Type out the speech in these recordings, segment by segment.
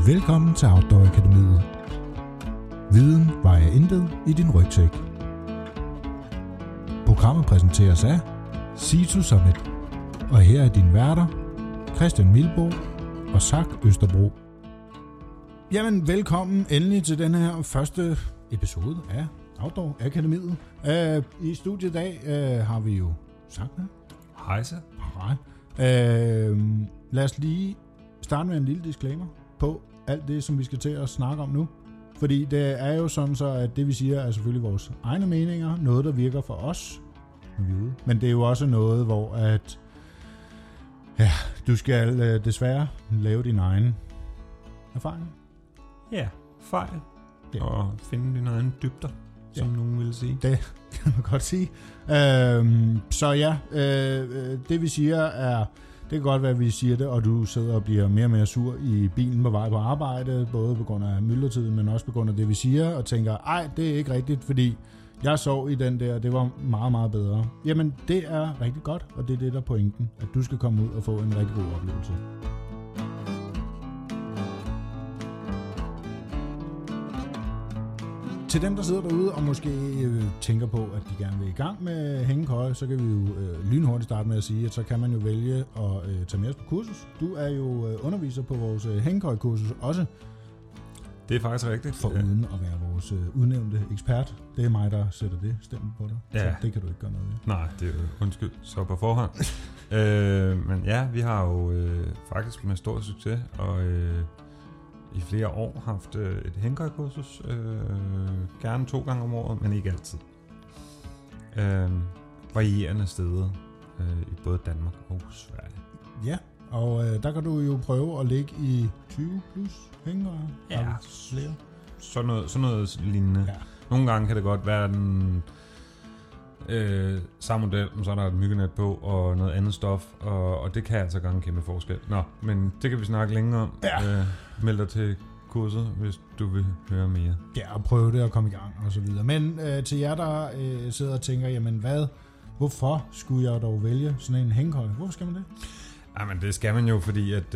Velkommen til Outdoor Akademiet. Viden vejer intet i din rygsæk. Programmet præsenteres af Situ Summit. Og her er dine værter, Christian Milbo og Zach Østerbro. Jamen, velkommen endelig til den her første episode af Outdoor Akademiet. I studiet i dag har vi jo Zach med. Hej så. Hej. Lad os lige starte med en lille disclaimer på alt det, som vi skal til at snakke om nu. Fordi det er jo sådan så, at det vi siger er selvfølgelig vores egne meninger. Noget, der virker for os. Men det er jo også noget, hvor at du skal desværre lave din egen erfaring. Ja, fejl. Ja. Og finde dine egne dybder, som nogen vil sige. Det kan man godt sige. Så ja, det vi siger er, det kan godt være, at vi siger det, og du sidder og bliver mere og mere sur i bilen på vej på arbejde, både på grund af myldretiden, men også på grund af det, vi siger, og tænker, ej, det er ikke rigtigt, fordi jeg sov i den der, det var meget, meget bedre. Jamen, det er rigtig godt, og det er det, der er pointen, at du skal komme ud og få en rigtig god oplevelse. Til dem, der sidder derude og måske tænker på, at de gerne vil i gang med hængekøje, så kan vi jo lynhurtigt starte med at sige, at så kan man jo vælge at tage med os på kursus. Du er jo underviser på vores hængekøjekursus også. Det er faktisk rigtigt. Foruden at være vores udnævnte ekspert. Det er mig, der sætter det stempel på dig. Ja. Så det kan du ikke gøre noget ved. Nej, det er jo undskyld, så på forhånd. Men ja, vi har jo faktisk med stor succes, og i flere år haft et hængekøjekursus. Gerne 2 gange om året, men ikke altid. Varierende steder i både Danmark og Sverige. Ja, og der kan du jo prøve at ligge i 20 plus hængekøjer. Ja, sådan noget lignende. Ja. Nogle gange kan det godt være den samme model, men så er der et myggenet på og noget andet stof, og det kan altså gøre en kæmpe forskel. Nå, men det kan vi snakke længere om. Ja. Meld dig til kurset, hvis du vil høre mere. Ja, og prøve det og komme i gang og så videre. Men til jer, der sidder og tænker, jamen hvorfor skulle jeg dog vælge sådan en hængekøje? Hvorfor skal man det? Jamen det skal man jo, fordi at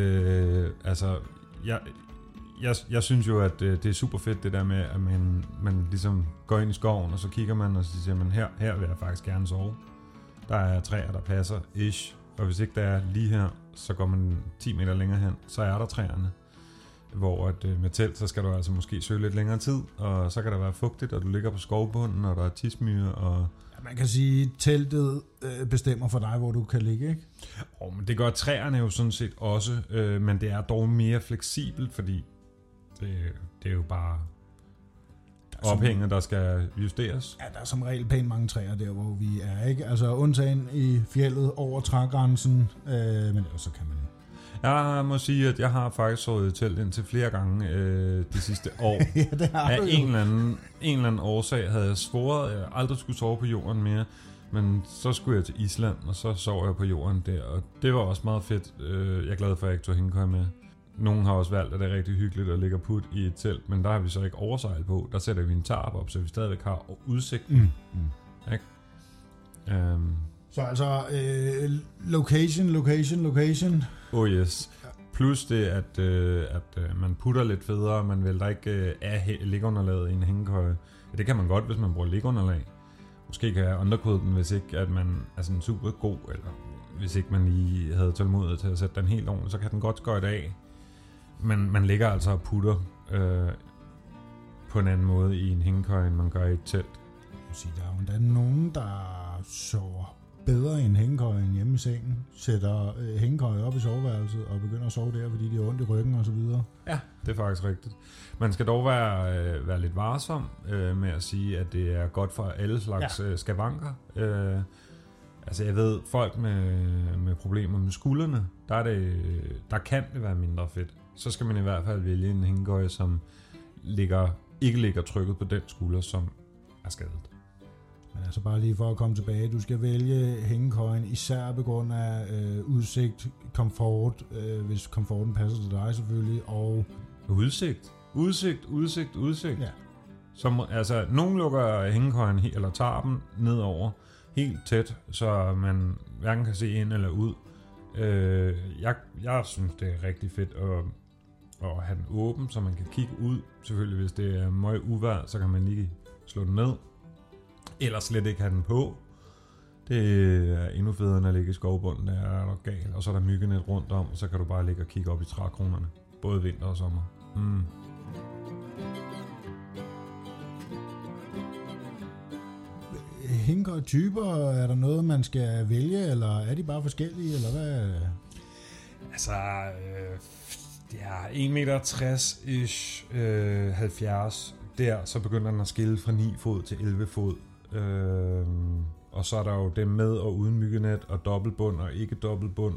jeg synes jo, at det er super fedt det der med, at man ligesom går ind i skoven, og så kigger man, og så siger man, her vil jeg faktisk gerne sove. Der er træer, der passer, ish. Og hvis ikke der er lige her, så går man 10 meter længere hen, så er der træerne. Hvor at med telt, så skal du altså måske søge lidt længere tid, og så kan der være fugtigt, og du ligger på skovbunden, og der er tismyre, og man kan sige, at teltet bestemmer for dig, hvor du kan ligge, ikke? Men det gør træerne jo sådan set også, men det er dog mere fleksibelt, fordi det er jo bare ophænget, der skal justeres. Ja, der er som regel pænt mange træer der, hvor vi er, ikke? Altså undtagen i fjeldet over trægrænsen, men ellers så kan man jo. Jeg må sige, at jeg har faktisk sovet i telt indtil flere gange de sidste år. Ja, det har af du en eller anden årsag havde jeg svoret, at jeg aldrig skulle sove på jorden mere. Men så skulle jeg til Island, og så sov jeg på jorden der, og det var også meget fedt. Jeg er glad for, at jeg ikke tog hængekøje med. Nogen har også valgt, at det er rigtig hyggeligt at ligge og putte i et telt, men der har vi så ikke oversejl på. Der sætter vi en tarp op, så vi stadigvæk har udsigten. Ikke? Så altså location. Oh yes. Plus det, at man putter lidt federe, man vælter ikke af liggeunderlaget i en hængekøje. Ja, det kan man godt, hvis man bruger liggeunderlag. Måske kan jeg underkode den, hvis ikke at man er sådan super god, eller hvis ikke man lige havde tålmodighed til at sætte den helt ordentligt, så kan den godt skøjte af. Men man ligger altså og putter på en anden måde i en hængekøje, end man gør i et telt. Der er jo endda nogen, der sover bedre i en hængekøje end hjemme i sengen, sætter hængekøje op i soveværelset og begynder at sove der, fordi de har ondt i ryggen og så videre. Ja, det er faktisk rigtigt. Man skal dog være lidt varsom med at sige, at det er godt for alle slags skavanker. Altså jeg ved, folk med problemer med skuldrene, der kan det være mindre fedt. Så skal man i hvert fald vælge en hængekøje, som ikke ligger trykket på den skulder, som er skadet. Men altså bare lige for at komme tilbage, du skal vælge hængekøjen især på grund af udsigt, komfort, hvis komforten passer til dig selvfølgelig, og Udsigt. Ja. Som, altså, nogen lukker hængekøjen eller tarpen nedover helt tæt, så man hverken kan se ind eller ud. Jeg synes, det er rigtig fedt at have den åben, så man kan kigge ud. Selvfølgelig, hvis det er meget uvejr, så kan man lige slå den ned. Eller slet ikke have den på. Det er endnu federe, end at ligge i skovbunden, der er der galt. Og så er der myggenet rundt om, og så kan du bare ligge og kigge op i trækronerne. Både vinter og sommer. Hængekøje-typer, er der noget, man skal vælge, eller er de bare forskellige, eller hvad? Altså, det er 1,60 meter-ish, 70. Der, så begynder den at skille fra 9 fod til 11 fod. Og så er der jo dem med og uden myggenet, og dobbeltbund og ikke dobbeltbund.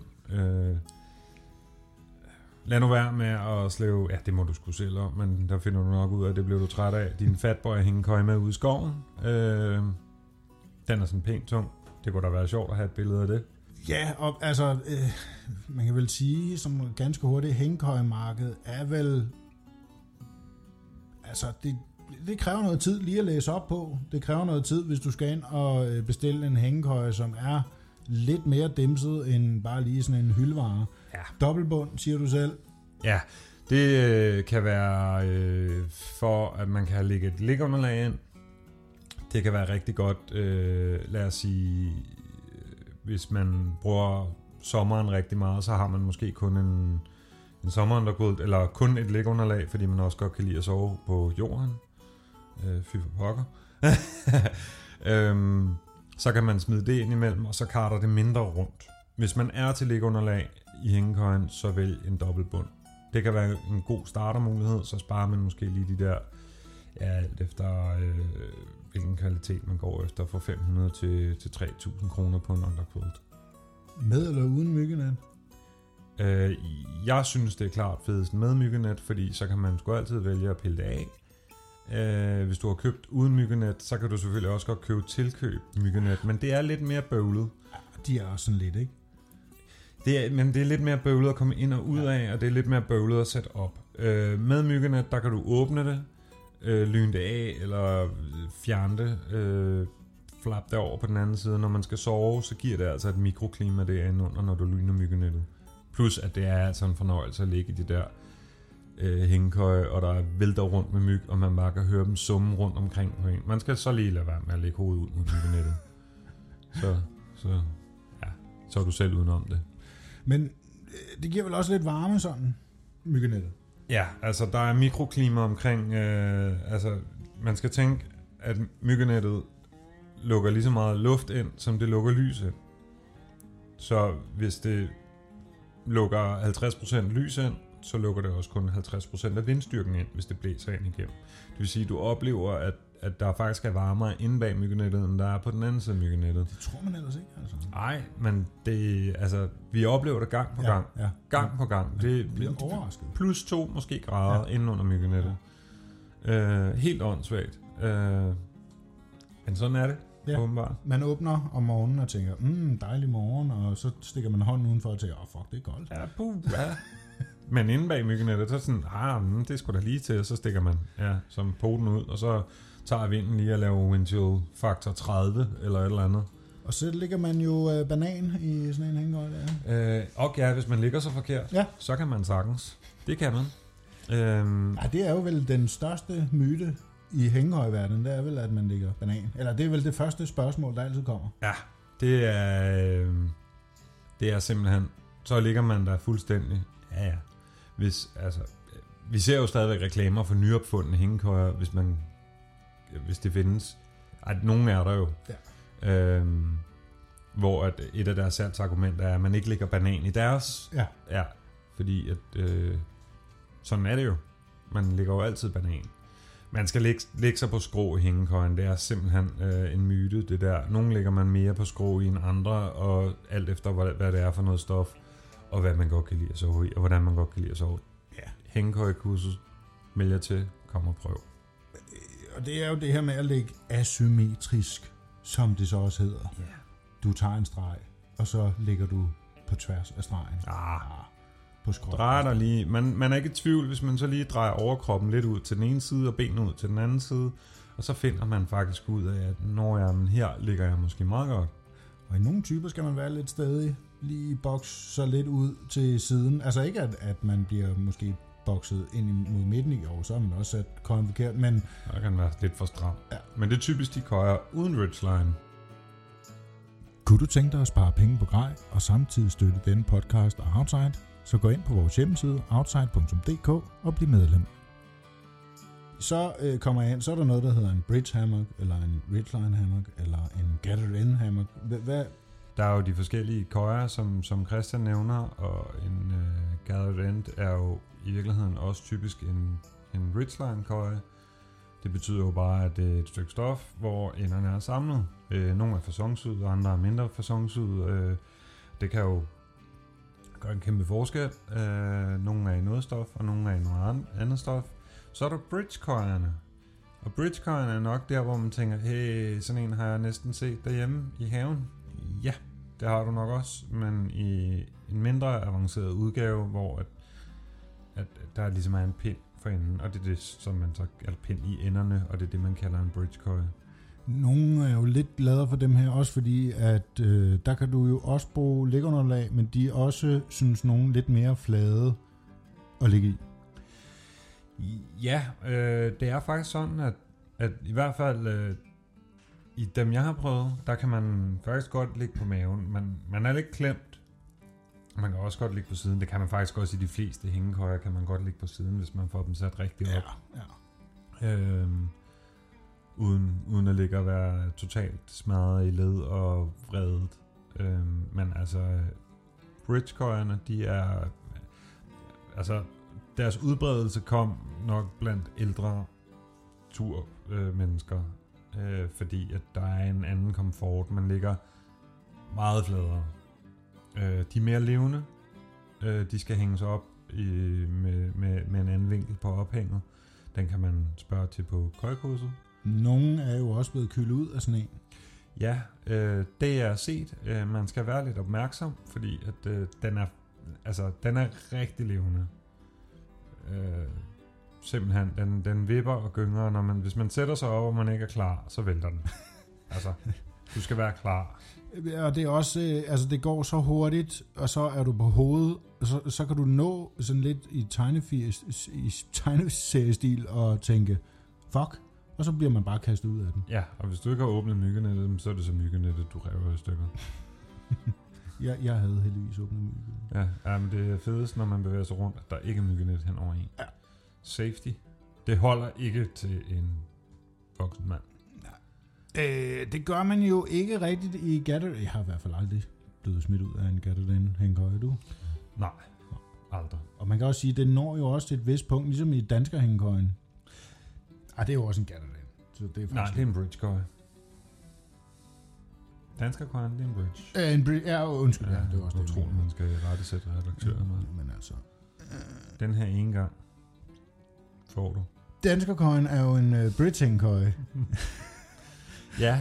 Lad nu være med at slæve, ja, det må du sgu selv om, men der finder du nok ud af, det bliver du træt af. Din fatboy hængekøje med ude i skoven. Den er sådan pænt tung. Det kunne da være sjovt at have et billede af det. Ja, og altså, man kan vel sige, som ganske hurtigt, hængekøjemarkedet er vel, altså, det kræver noget tid lige at læse op på. Det kræver noget tid, hvis du skal ind og bestille en hængekøje, som er lidt mere dimset end bare lige sådan en hyldevare. Ja. Dobbeltbund, siger du selv. Ja, det kan være for, at man kan lægge et liggeunderlag ind. Det kan være rigtig godt, lad os sige, hvis man bruger sommeren rigtig meget, så har man måske kun en sommerundergulv, eller kun et liggeunderlag, fordi man også godt kan lide at sove på jorden. Fy for pokker. Så kan man smide det ind imellem, og så karter det mindre rundt. Hvis man er til liggeunderlag i hængekøjen, så vælg en dobbeltbund. Det kan være en god startermulighed, så sparer man måske lige de der, ja, alt efter hvilken kvalitet man går efter, fra 500 til 3.000 kroner på en underquilt. Med eller uden myggenet? Jeg synes, det er klart fedest med myggenet, fordi så kan man sgu altid vælge at pille det af. Hvis du har købt uden myggenet, så kan du selvfølgelig også godt købe tilkøb myggenet, men det er lidt mere bøvlet. De er også sådan lidt, ikke? Men det er lidt mere bøvlet at komme ind og ud af, og det er lidt mere bøvlet at sætte op. Med myggenet, der kan du åbne det, lyne det af, eller fjerne det, flap det over på den anden side. Når man skal sove, så giver det altså et mikroklima derinde under, når du lyner myggenettet. Plus, at det er altså en fornøjelse at ligge i de der hængekøje, og der vælter rundt med myg, og man bare kan høre dem summe rundt omkring på en. Man skal så lige lade være med at lægge hovedet ud mod myggenettet. Så er du selv udenom det. Men det giver vel også lidt varme sådan, myggenettet? Ja, altså der er mikroklima omkring, altså man skal tænke, at myggenettet lukker lige så meget luft ind, som det lukker lys ind. Så hvis det lukker 50% lys ind, så lukker det også kun 50% af vindstyrken ind, hvis det blæser ind igennem. Det vil sige, at du oplever, at der faktisk er varmere inde bag myggenettet, end der er på den anden side af myggenettet. Det tror man ellers ikke, altså. Nej, men det, altså, vi oplever det gang på gang. Ja. Gang på gang. Det bliver overrasket. Plus 2 måske grader inde under myggenettet. Helt åndssvagt. Men sådan er det. Ja. Åbenbart. Man åbner om morgenen og tænker, dejlig morgen, og så stikker man hånden udenfor og tænker, fuck, det er koldt. Ja. Men inde bag myggenettet, så er sådan, det skulle da lige til, og så stikker man som poten ud, og så tager vinden lige at lave windchill faktor 30, eller et eller andet. Og så ligger man jo banan i sådan en hængekøje der. Og ja, hvis man ligger så forkert, så kan man sagtens. Det kan man. Det er jo vel den største myte i hængekøjeverdenen, det er vel, at man ligger banan. Eller det er vel det første spørgsmål, der altid kommer. Ja, det er simpelthen, så ligger man der fuldstændig. Ja. Vi ser jo stadigvæk reklamer for nyopfundne hængekøjer, hvis det findes. Nogen er der jo. Ja. Hvor at et af deres salgsargumenter er, at man ikke lægger banan i deres. Ja. Fordi at sådan er det jo. Man lægger jo altid banan. Man skal lægge sig på skrå i hængekøjen. Det er simpelthen en myte, det der. Nogle lægger man mere på skrå i end andre, og alt efter hvad det er for noget stof, og hvad man godt kan lide at sove i, og hvordan man godt kan lide at sove. Ja. Hængekøjekursus, meld jer til, kom og prøv. Og det er jo det her med at lægge asymmetrisk, som det så også hedder. Yeah. Du tager en streg, og så lægger du på tværs af stregen. På skråt. Drejer dig lige. Man er ikke i tvivl, hvis man så lige drejer overkroppen lidt ud til den ene side, og benene ud til den anden side, og så finder man faktisk ud af, at her ligger jeg måske meget godt. Og i nogle typer skal man være lidt stedig, lige boks så lidt ud til siden. Altså ikke, at man bliver måske bokset ind mod midten i år, så har man også sat køjen forkert, men... Det kan være lidt for stram. Ja. Men det er typisk de køjer uden ridgeline. Kunne du tænke dig at spare penge på grej og samtidig støtte denne podcast og Outside, så gå ind på vores hjemmeside outside.dk og bliv medlem. Så kommer jeg ind, så er der noget, der hedder en bridge hammock, eller en ridgeline hammock, eller en gathered end hammock. Hvad? Der er jo de forskellige køjer, som Christian nævner, og en gathered end er jo i virkeligheden også typisk en ridgeline køje. Det betyder jo bare, at det er et stykke stof, hvor enderne er samlet. Nogle er fasonsyede, og andre er mindre fasonsyede. Det kan jo gøre en kæmpe forskel. Nogle er i noget stof, og nogle er i noget andet stof. Så er der bridge-køjerne. Og bridge-køjerne er nok der, hvor man tænker, hey, sådan en har jeg næsten set derhjemme i haven. Ja, det har du nok også, men i en mindre avanceret udgave, hvor at der ligesom er en pind for enden, og det er det, som man så kalder pind i enderne, og det er det, man kalder en bridge-køje. Nogle er jo lidt glade for dem her, også fordi, at der kan du jo også bruge lægunderlag, men de er også, synes nogen, lidt mere flade at ligge i. Ja, det er faktisk sådan, at i hvert fald i dem, jeg har prøvet, der kan man faktisk godt ligge på maven. Man er lidt klemt. Man kan også godt ligge på siden. Det kan man faktisk også i de fleste hængekøjer, kan man godt ligge på siden, hvis man får dem sat rigtig op. Ja. Uden at ligge og være totalt smadret i led og vredet. Men altså, bridge-køjerne, de er... Altså, deres udbredelse kom nok blandt ældre turmennesker, fordi at der er en anden komfort. Man ligger meget fladere. De er mere levende. De skal hænges op med en anden vinkel på ophænget. Den kan man spørge til på køjekurset. Nogle er jo også blevet kølet ud af sådan en. Ja, det er set. Man skal være lidt opmærksom, fordi at den er rigtig levende. Simpelthen, den vipper og gynger, hvis man sætter sig op, og man ikke er klar, så vælter den. Altså, du skal være klar. Og det er også, det går så hurtigt, og så er du på hovedet, og så kan du nå sådan lidt i tegneseriestil og tænke, fuck, og så bliver man bare kastet ud af den. Ja, og hvis du ikke har åbnet myggenettet, så er det så myggenettet, du rever i stykker. Jeg havde heldigvis åbnet myggenettet. Ja, men det er fedest, når man bevæger sig rundt, at der ikke er myggenet hen over en. Ja. Safety. Det holder ikke til en voksen mand. Det gør man jo ikke rigtigt i gathered. Jeg har i hvert fald aldrig blevet smidt ud af en gathered hængekøje, du? Nej, aldrig. Og man kan også sige, at det når jo også til et vist punkt, ligesom i dansker hængekøjen. Det er jo også en gathered. Så det er nej, det er en bridge-køje. Danskerkøjen, det er en bridge. Undskyld. Ja, det var også utroligt, man skal rettesætte redaktøren med. Men altså... Den her ene gang får du. Danskerkøjen er jo en bridge-hængekøje. Ja,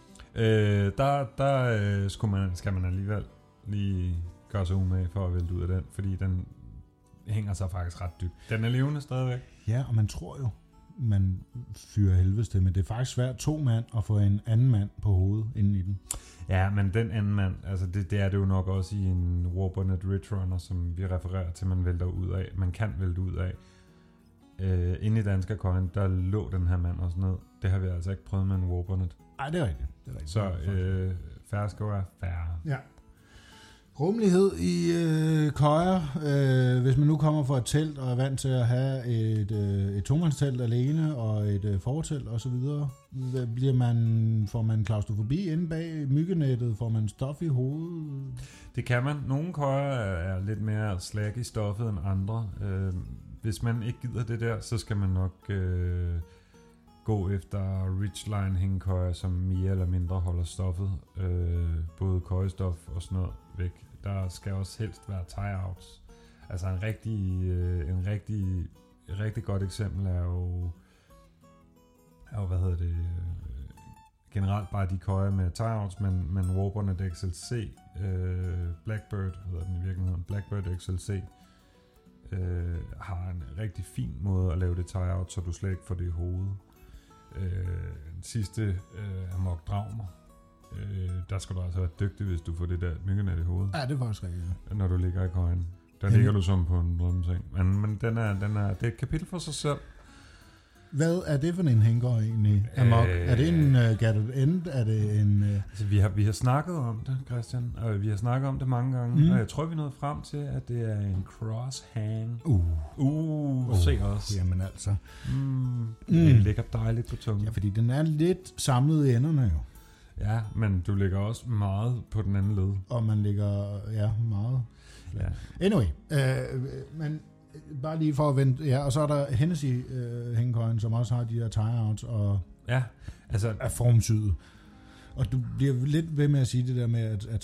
skal man alligevel lige gøre sig umage for at vælte ud af den, fordi den hænger sig faktisk ret dybt. Den er levende stadigvæk. Ja, og man tror jo, man fyrer helvedes til, men det er faktisk svært 2 mand at få en anden mand på hovedet inde i den. Ja, men den anden mand, altså det er det jo nok også i en Warburnet Ridge Runner, som vi refererer til, man vælter ud af. Man kan vælte ud af. Inde i Danskerkøjen, der lå den her mand også ned. Det har vi altså ikke prøvet med en Warburnet. Nej, det er rigtigt. Så færre skal være færre. Ja. Rummelighed i køjer. Hvis man nu kommer fra et telt og er vant til at have et tomandstelt alene og et fortelt og så videre, får man klaustrofobi inde bag myggenettet? Får man stof i hovedet? Det kan man. Nogle køjer er lidt mere slag i stoffet end andre. Hvis man ikke gider det der, så skal man nok gå efter ridgeline hængekøjer, som mere eller mindre holder stoffet. Både køjestof og sådan noget væk. Der skal også helst være tie-outs. Altså en rigtig godt eksempel er jo generelt bare de køjer med tie-outs, men Warburnet XLC, Blackbird hedder den i virkeligheden, Blackbird XLC, har en rigtig fin måde at lave det tie-out, så du slet ikke får det i hovedet. Den sidste Amok Dragmer. Der skal du altså være dygtig, hvis du får det der myggenet i hovedet. Ja, det var også rigtigt. Når du ligger i køjen. Der ligger du som på en drømmeseng. Men det er et kapitel for sig selv. Hvad er det for en hængekøje egentlig? Er det en gathered end? Er det en... Altså, vi har snakket om det, Christian, og vi har snakket om det mange gange, og jeg tror, vi nåede frem til, at det er en cross-hang. Se også. Jamen altså. Det ligger dejligt på tungen. Ja, fordi den er lidt samlet i enderne jo. Ja, men du ligger også meget på den anden led. Og man ligger, meget. Ja. Anyway, men bare lige for at vente, ja, og så er der Hennessy hængekøjen, som også har de her tie-outs og ja, altså er formsyet. Og du bliver lidt ved med at sige det der med, at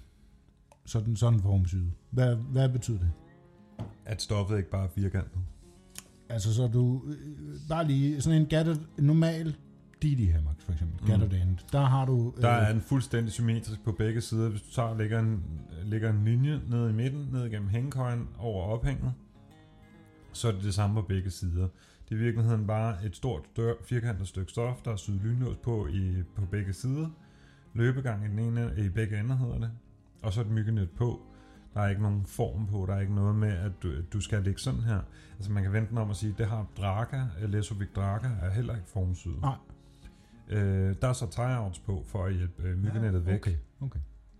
sådan formsyet. Hvad betyder det? At stoffet ikke bare er firkantet. Altså så du bare lige sådan en gathered, en normal Didi Hammock for eksempel, gathered end, der har du... Der er en fuldstændig symmetrisk på begge sider. Hvis du tager og lægger en linje ned i midten, ned igennem hængekøjen over ophænget, så er det samme på begge sider. Det er i virkeligheden bare et stort firkantet stykke stof, der er syet lynlås på begge sider. Løbegang i begge ender hedder det. Og så et myggenet på. Der er ikke nogen form på, der er ikke noget med, at du skal ligge sådan her. Altså man kan vente den om at sige, at det har Draka, Lesovic Draka, er heller ikke formsyet. Nej. Der er så tie-outs på, for at hjælpe myggenettet væk. Okay.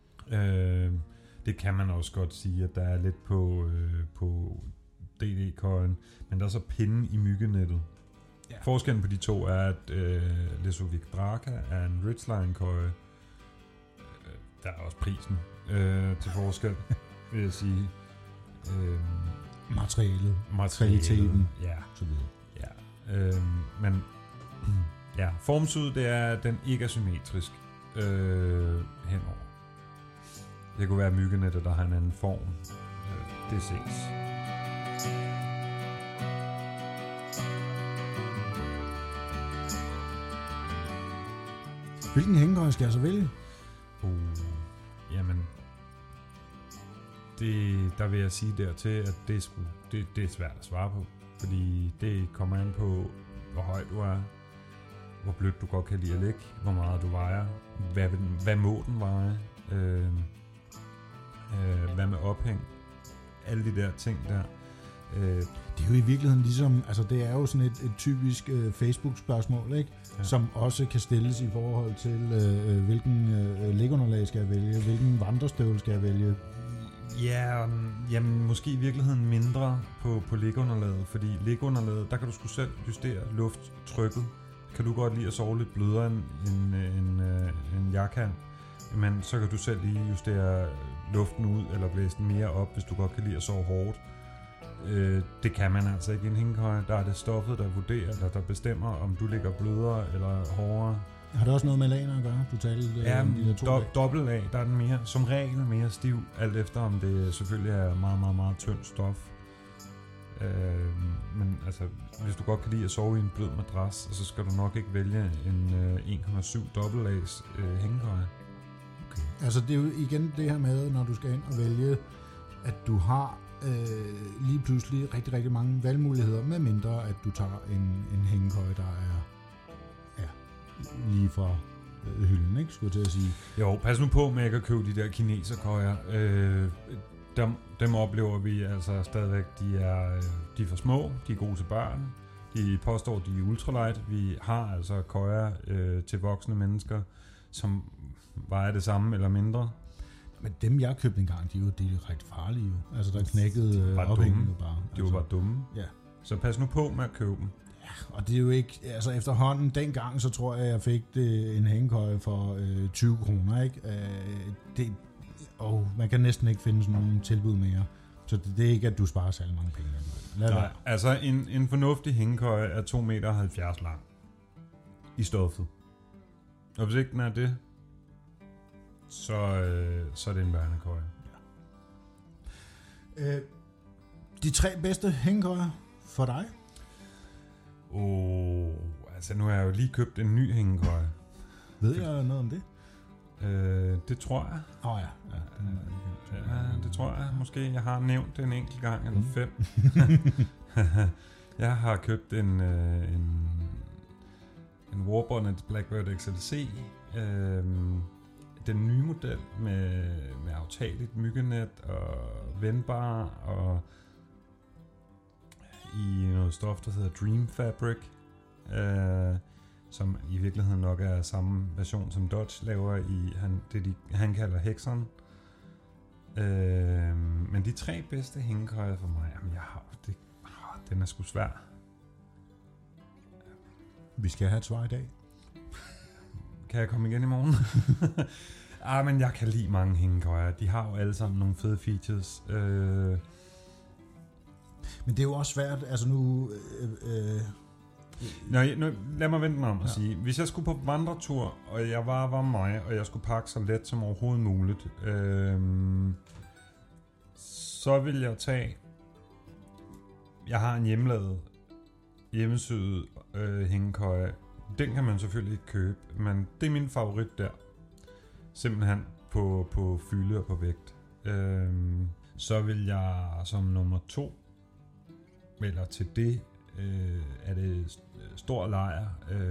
Det kan man også godt sige, at der er lidt på DD-køjen, men der er så pinden i myggenettet. Ja. Forskellen på de to er, at Lesovic Draka er en Ridgeline-køje. Der er også prisen til forskel, vil jeg sige. Materialet, kvaliteten, ja, så videre. Ja, men ja, formsyet, det er, at den ikke er symmetrisk henover. Det kunne være myggenettet, der har en anden form. Det ses. Hvilken hængekøje skal jeg så vælge? Jamen, der vil jeg sige dertil, at det er svært at svare på. Fordi det kommer an på, hvor høj du er, hvor blødt du godt kan lide at ligge, hvor meget du vejer, hvad må den veje, hvad med ophæng, alle de der ting der. Det er jo i virkeligheden ligesom, altså det er jo sådan et typisk Facebook-spørgsmål, ikke? Ja. Som også kan stilles i forhold til, hvilken lægunderlag skal jeg vælge, hvilken vandrestøvle skal jeg vælge. Ja, jamen måske i virkeligheden mindre på lægunderlaget, fordi lægunderlaget, der kan du sgu selv justere lufttrykket. Kan du godt lide at sove lidt blødere end jeg kan, men så kan du selv lige justere luften ud eller blæse den mere op, hvis du godt kan lide at sove hårdt. Det kan man altså ikke i en hængekøje. Der er det stoffet, der vurderer, eller der bestemmer, om du ligger blødere eller hårdere. Har det også noget med lagene at gøre? Du talte om de der to dobbelt lag, der er den mere, som regel mere stiv, alt efter om det selvfølgelig er meget, meget, meget tyndt stof. Men altså, hvis du godt kan lide at sove i en blød madras, så skal du nok ikke vælge en 1,7 dobbeltlags hængekøje. Okay. Altså det er jo igen det her med, når du skal ind og vælge, at du har lige pludselig rigtig, rigtig mange valgmuligheder, med mindre at du tager en hængekøje, der er lige fra hylden, ikke? Skulle jeg til at sige. Jo, pas nu på med ikke at købe de der kineserkøjer. Dem oplever vi altså stadigvæk, de er for små, de er gode til børn, de påstår, de er ultralight. Vi har altså køjer til voksne mennesker, som vejer det samme eller mindre. Men dem, jeg købte engang, de er rigtig farlige jo. Altså, der knækkede ophængende bare. De var bare dumme. Ja. Så pas nu på med at købe dem. Ja, og det er jo ikke, altså efterhånden, dengang, så tror jeg fik en hængekøje for 20 kroner, ikke? Man kan næsten ikke finde sådan nogle tilbud mere. Så det er ikke, at du sparer særlig mange penge. Nej, altså en fornuftig hængekøje er 2,70 meter lang i stoffet. Og hvis ikke den er det, så er det en børnekøje. Ja. De 3 bedste hængekøjer for dig? Altså nu har jeg jo lige købt en ny hængekøje. Ved jeg noget om det? Det tror jeg. Ja, det tror jeg. Måske jeg har nævnt det en enkelt gang eller 5. Jeg har købt en Warbonnet Blackbird XLC. den nye model med aftageligt myggenet og vendbar og i noget stof, der hedder Dream Fabric, som i virkeligheden nok er samme version, som Dodge laver i han kalder Hexon. Men de 3 bedste hængekøjer for mig, jamen den er sgu svær. Vi skal have et svar i dag. Kan jeg komme igen i morgen? Men jeg kan lide mange hængekøjer. De har jo alle sammen nogle fede features. Men det er jo også svært, altså nu... Lad mig vente mig om at sige. Hvis jeg skulle på vandretur, og jeg var mig, og jeg skulle pakke så let som overhovedet muligt, så vil jeg tage... Jeg har en hjemmesyet hængekøje. Den kan man selvfølgelig ikke købe, men det er min favorit der. Simpelthen på fylde og på vægt. Så vil jeg som nummer 2, eller til det, er det stor lejr,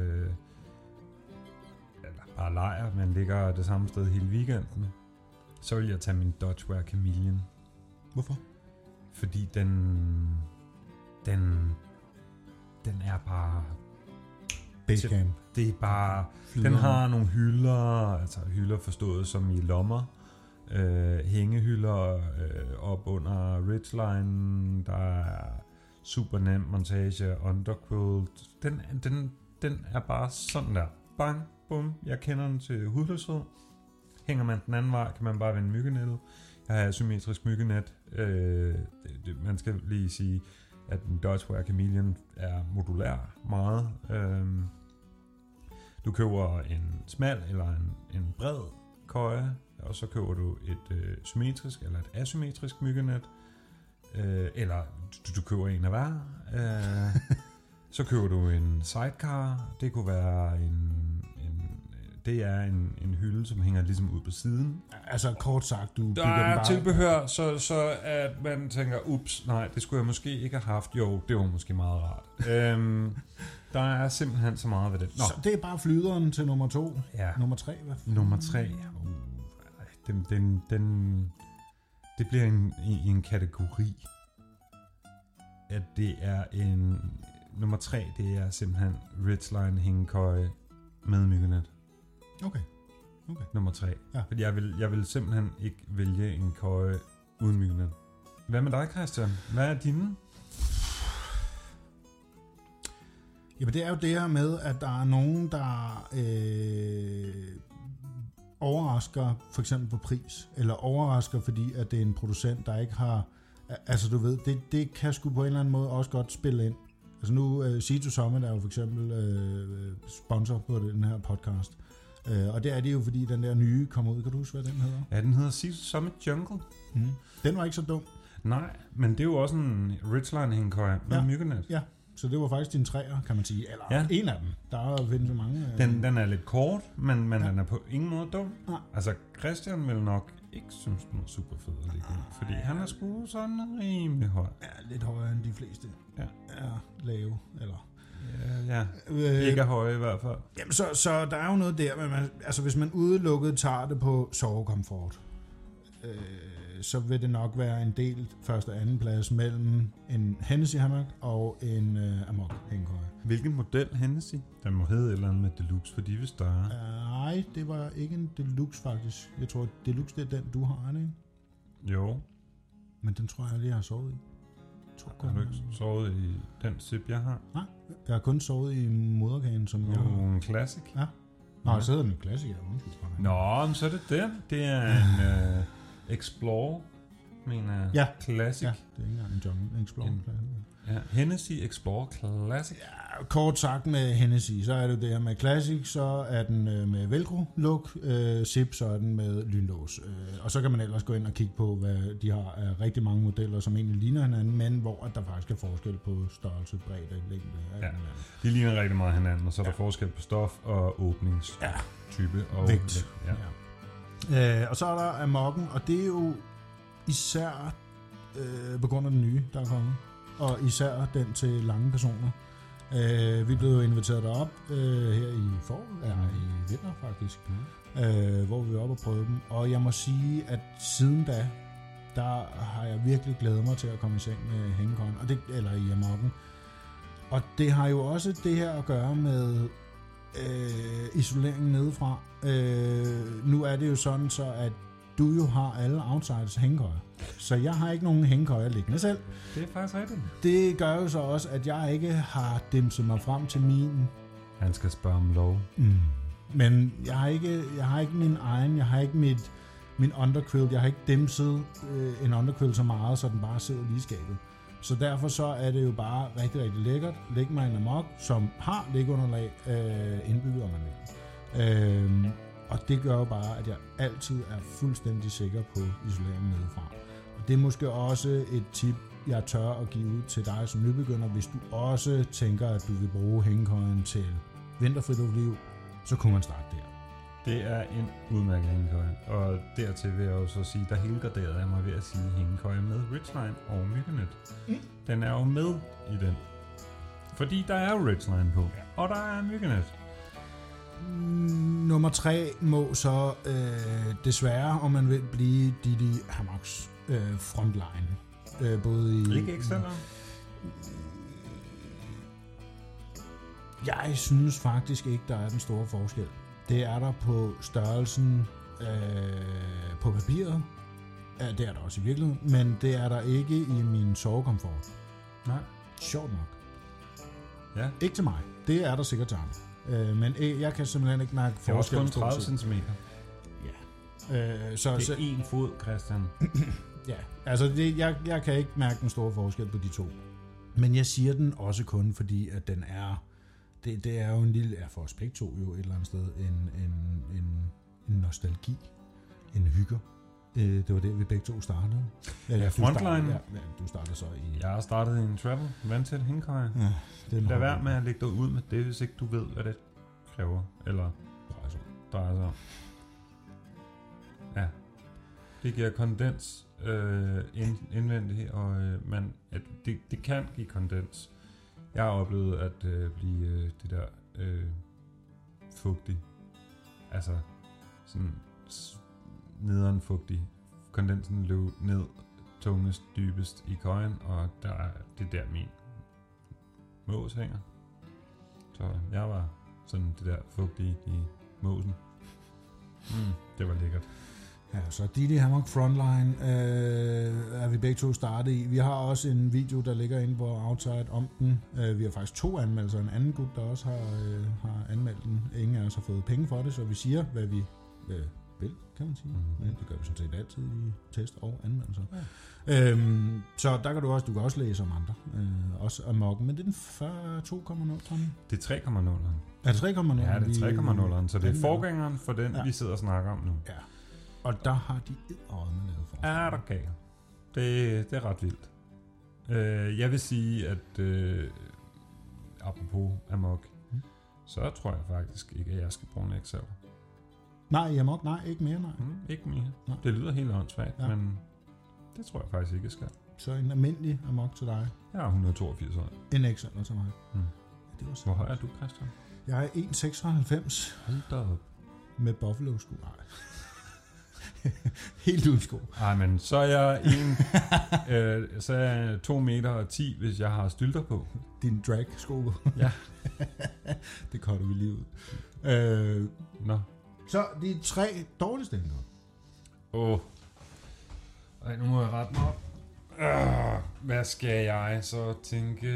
eller bare lejr, man ligger det samme sted hele weekenden. Så vil jeg tage min Dodge Chameleon. Hvorfor? Fordi den er bare... Basecamp. Det er bare... Den har nogle hylder, altså hylder forstået som i lommer, hængehylder op under ridgeline, der er super nem montage, underquilt. Den er bare sådan der. Bang, bum, jeg kender den til hudløshed. Hænger man den anden vej, kan man bare vende myggenettet. Jeg har asymmetrisk myggenet. Man skal lige sige, at den Dodge Chameleon er modulær meget. Du køber en smal eller en bred køje, og så køber du et symmetrisk eller et asymmetrisk myggenet, eller du køber en af hver. Så køber du en sidecar. Det kunne være det er en hylde, som hænger ligesom ud på siden. Altså kort sagt, du bygger der den bare... Der er tilbehør, så at man tænker, ups, nej, det skulle jeg måske ikke have haft. Jo, det var måske meget rart. Der er simpelthen så meget ved det. Nå. Så det er bare flyderen til nummer 2. Ja. Nummer 3, hvad? Nummer 3. Det bliver en kategori, at det er nummer 3, det er simpelthen ridgeline hængekøje med myggenet. Okay. Nummer 3. Ja. Fordi jeg vil simpelthen ikke vælge en køje uden myggenet. Hvad med dig, Christian? Hvad er dine? Jamen det er jo det her med, at der er nogen, der overrasker for eksempel på pris, eller overrasker fordi, at det er en producent, der ikke har... Altså du ved, det kan sgu på en eller anden måde også godt spille ind. Altså nu, Sea2 Summit er jo for eksempel sponsor på den her podcast. Og det er det jo, fordi den der nye kommer ud. Kan du huske, hvad den hedder? Ja, den hedder Sea2 Summit Jungle. Den var ikke så dum. Nej, men det er jo også en ridgeline hængekøje med myggenet. Ja, så det var faktisk din 3'er, kan man sige. Eller en af dem. Der findes jo mange. Den er lidt kort, men den er på ingen måde dum. Ja. Altså, Christian vil nok ikke synes, den er super fed at ligge i, fordi han er sgu sådan rimelig høj. Ja, lidt højere end de fleste. Ja. Er lave, eller... Ja, ikke er høje i hvert fald. Jamen, så der er jo noget der, men altså hvis man udelukket tager det på sovekomfort, så vil det nok være en del første og anden plads mellem en Hennessy hammock og en Amok hængekøje. Hvilken model Hennessy? Den må hedde et eller andet med Deluxe, for de er større. Nej, det var ikke en Deluxe faktisk. Jeg tror, Deluxe det er den, du har, ikke? Jo. Men den tror jeg lige har sovet i. Har du ikke sovet i den zip, jeg har? Nej, jeg har kun sovet i moderkagen, som jeg har. En Classic? Ja. Nå, så hedder den en Classic, ja. Nå, men så er det den. Det er en Explorer, mener jeg. Ja. Classic. Ja, det er ikke engang en Jungle Explorer. Ja, Hennessy Explorer Classic. Ja, kort sagt med Hennessy, så er det det her med Classic, så er den med Velcro-look, Zip, så er den med lynlås. Og så kan man ellers gå ind og kigge på, hvad de har af rigtig mange modeller, som egentlig ligner hinanden, men hvor der faktisk er forskel på størrelse, bredde, længde. Ja, de ligner rigtig meget hinanden, og så er der forskel på stof og åbningstype. Og vægt. Ja. Og så er der Amokken, og det er jo især på grund af den nye, der er kommet. Og især den til lange personer. Vi blev jo inviteret derop her i vinter faktisk. hvor vi var oppe og prøve dem. Og jeg må sige, at siden da, der har jeg virkelig glædet mig til at komme i seng med hængekøjen, eller i amokken. Og det har jo også det her at gøre med isoleringen nedefra. Nu er det jo sådan så, at du jo har alle outsiders hængekøjer. Så jeg har ikke nogen hængekøjer liggende selv. Det er faktisk rigtigt. Det gør jo så også, at jeg ikke har dimset mig frem til min... Han skal spørge om lov. Men jeg har ikke min egen, jeg har ikke min underquilt, jeg har ikke dimset en underquilt så meget, så den bare sidder lige i skabet. Så derfor så er det jo bare rigtig, rigtig lækkert. Læg mig en amok, som har lægunderlag indbygget, om man vil. Og det gør jo bare, at jeg altid er fuldstændig sikker på isoleringen nedefra. Og det er måske også et tip, jeg tør at give ud til dig som nybegynder, hvis du også tænker, at du vil bruge hængekøjen til vinterfriluftsliv, så kunne man starte der. Det er en udmærket hængekøje, og dertil vil jeg jo så sige, der helgarderede jeg mig ved at sige hængekøje med Ridgeline og Myggenet. Den er jo med i den, fordi der er jo Ridgeline på, og der er Myggenet. Nummer 3 må så desværre, om man vil, blive Didi Hammocks frontline. Både i... Ikke Exceller? Jeg synes faktisk ikke, der er den store forskel. Det er der på størrelsen på papiret. Det er der også i virkeligheden, men det er der ikke i min sovekomfort. Nej. Sjovt nok. Ja. Ikke til mig. Det er der sikkert til andre. Men jeg kan simpelthen ikke mærke forskel. Det er også kun 30 cm. Ja. Så det er en fod, Christian. Ja, altså jeg kan ikke mærke den store forskel på de to. Men jeg siger den også kun, fordi at den er... Det er jo en lille... for os begge to jo et eller andet sted en nostalgi. En hygge. Det var det, vi begge to startede. Ja, Frontline. Du startede så i... Jeg har startet i en travel. Vandtæt hængekøje. Ja, lad være med at lægge dig ud med det, hvis ikke du ved, hvad det kræver. Eller drejer sig om. Ja. Det giver kondens indvendigt, og det kan give kondens. Jeg har oplevet at blive det der fugtig. Altså sådan nederen fugtig. Kondensen løb ned tungest dybest i køjen, og det er der min mås hænger. Så jeg var sådan det der fugtige i måsen. Det var lækkert. Ja, så Didi Hammock Frontline er vi begge to startet i. Vi har også en video, der ligger inde på Outside om den. Vi har faktisk 2 anmeldelser. En anden gut, der også har anmeldt den. Ingen af os har fået penge for det, så vi siger, hvad vi vil, kan man sige. Men det gør vi sådan set altid i test og anmeldelser. Ja. Så der kan du også læse om andre. Også Amokken, men det er den 2,0 ton. Det er 3,0'eren. Er det 3,0'eren? Ja, det er 3,0'eren, så det er forgængeren for den, vi sidder og snakker om nu. Ja. Og der har de edderødme lavet for. Ja, der kan. Det er ret vildt. Jeg vil sige, at apropos Amok, så tror jeg faktisk ikke, at jeg skal bruge en Excel. Nej, Amok, nej, ikke mere, nej. Ikke mere. Nej. Det lyder helt åndssvagt, men det tror jeg faktisk ikke, jeg skal. Så en almindelig Amok til dig? Jeg er 182 år. En Excel til mig? Ja, det var hvor høj er du, Christian? Jeg er 1,96. Hold da op. Med buffalo-sko. Nej. Helt uden sko. Ej, men så er jeg 2 meter og 10, hvis jeg har stylter på. Din drag-sko. Ja. Det kommer vi lige ud. Nå. Så de 3 dårligste hængekøjer. Ej, nu må jeg rette mig op. Hvad skal jeg så tænke?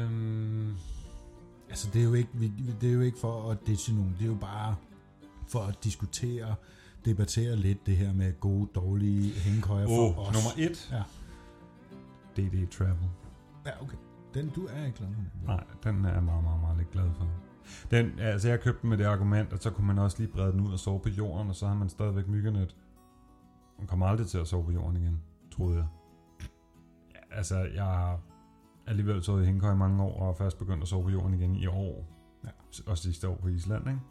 Altså, det er jo ikke for at ditche nogen. Det er jo bare for at debattere lidt det her med gode, dårlige hængekøjer for os. Nummer 1. Ja. DD Travel. Ja, okay. Den du er ikke glad for. Nej, den er jeg meget, meget, meget lidt glad for. Jeg købte den med det argument, at så kunne man også lige brede den ud og sove på jorden, og så har man stadigvæk myggenet. Man kommer aldrig til at sove på jorden igen, troede jeg. Ja, altså, jeg har alligevel sovet i hængekøj i mange år, og først begyndt at sove på jorden igen i år. Ja. Og sidste år på Island, ikke?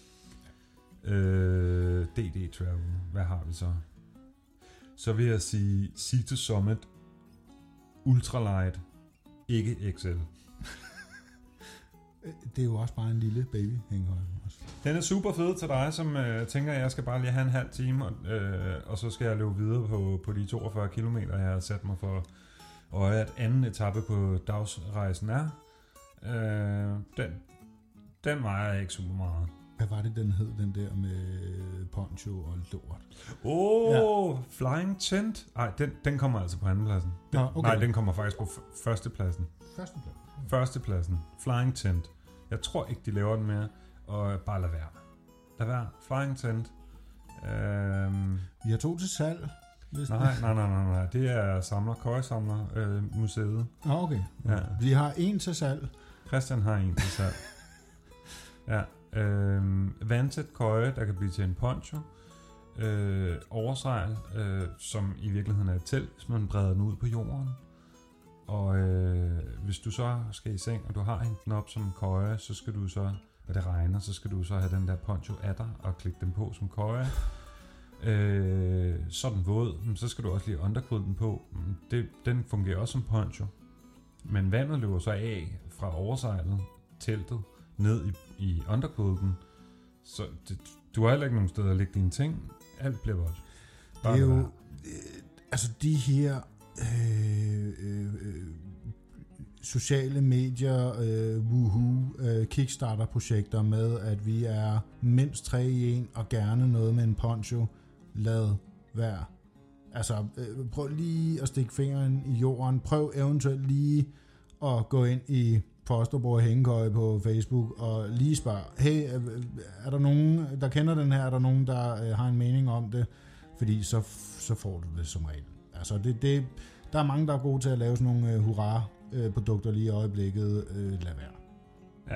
DD Travel. Hvad har vi så? Så vil jeg sige Sea to Summit Ultralight, ikke XL. Det er jo også bare en lille baby hængehøj. Den er super fed til dig, som tænker, at jeg skal bare lige have en halv time, og så skal jeg løbe videre på de 42 kilometer, jeg har sat mig for øje, at anden etape på dagsrejsen er. Den vejer ikke super meget. Hvad var det, den hed, den der med poncho og lort? Flying Tent. Nej, den kommer altså på andenpladsen. Okay. Nej, den kommer faktisk på førstepladsen. Førstepladsen. Flying Tent. Jeg tror ikke, de laver den mere. Og bare lad være. Lad være. Flying Tent. Vi har 2 til salg. Nej. Det er køjesamler museet. Okay. Ja. Vi har 1 til salg. Christian har 1 til salg. Ja. Vandet køje, der kan blive til en poncho. Oversejl, som i virkeligheden er et telt, hvis man breder den ud på jorden. Og hvis du så skal i seng, og du har hængt den op som køje, så skal du så, og det regner, så skal du så have den der poncho af dig og klikke den på som køje. Så er den våd, så skal du også lige underkrydde den på. Den fungerer også som poncho. Men vandet løber så af fra oversejlet, teltet, ned i underkrydden. Så du har heller ikke nogen steder at lægge dine ting. Alt bliver vådt. Det er jo, altså de her sociale medier, Kickstarter-projekter med, at vi er mindst 3 i 1, og gerne noget med en poncho, lad være. Altså, prøv lige at stikke fingeren i jorden. Prøv eventuelt lige at gå ind i Fosterborg Hængekøje på Facebook og lige spørge, hey, er der nogen, der kender den her? Er der nogen, der har en mening om det? Fordi så får du det som regel. Altså, der er mange, der er gode til at lave sådan nogle hurra-produkter lige i øjeblikket. Lad være. Ja.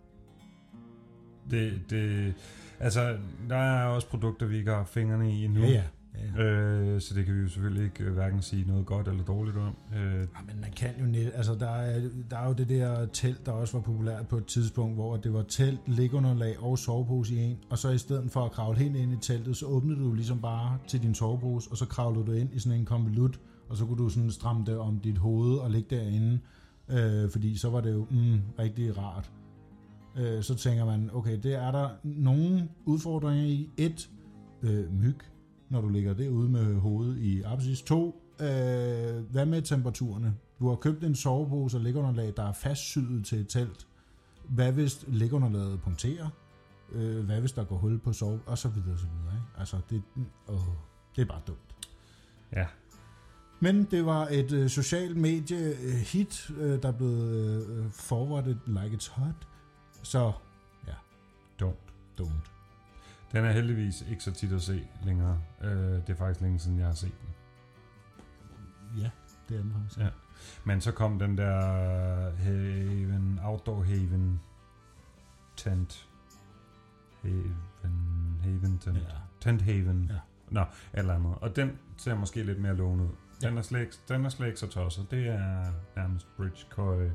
Altså, der er også produkter, vi ikke har fingrene i endnu. Ja. Så det kan vi jo selvfølgelig ikke hverken sige noget godt eller dårligt om. Men man kan jo net, altså der er jo det der telt, der også var populært på et tidspunkt, hvor det var telt, ligunderlag og sovepose i en, og så i stedet for at kravle helt ind i teltet, så åbnede du ligesom bare til din sovepose, og så kravlede du ind i sådan en konvolut, og så kunne du sådan stramme det om dit hoved og ligge derinde, fordi så var det jo rigtig rart. Så tænker man, okay, det er der nogle udfordringer i. 1, myg, når du ligger derude med hovedet i apsis. 2, hvad med temperaturerne? Du har købt en sovepose og ligunderlag, der er fastsyet til et telt. Hvad hvis ligunderlaget punkterer? Hvad hvis der går hul på sove? Og så videre, og så videre. Ikke? Altså, det er bare dumt. Ja. Men det var et socialt medie hit, der blev forwarded like it's hot. Så, ja. Don't. Den er heldigvis ikke så tit at se længere. Det er faktisk længe siden, jeg har set den. Ja, det er den faktisk. Ja. Men så kom den der Outdoor Haven Tent. Haven Tent. Ja. Tent Haven. Ja. Nå, eller andet. Og den ser måske lidt mere lovende ud. Den er slet ikke så tosset. Det er nærmest bridge-køje,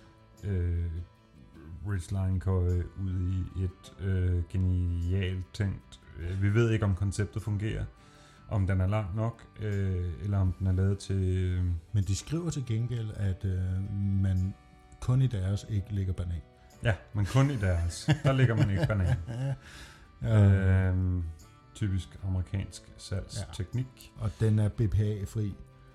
ridgeline-køje ude i et genialt tænkt. Vi ved ikke, om konceptet fungerer. Om den er lang nok, eller om den er lavet til... Men de skriver til gengæld, at man kun i deres ikke lægger banan. Ja, men kun i deres. Der lægger man ikke banan. Typisk amerikansk salgsteknik. Ja. Og den er BPA-fri.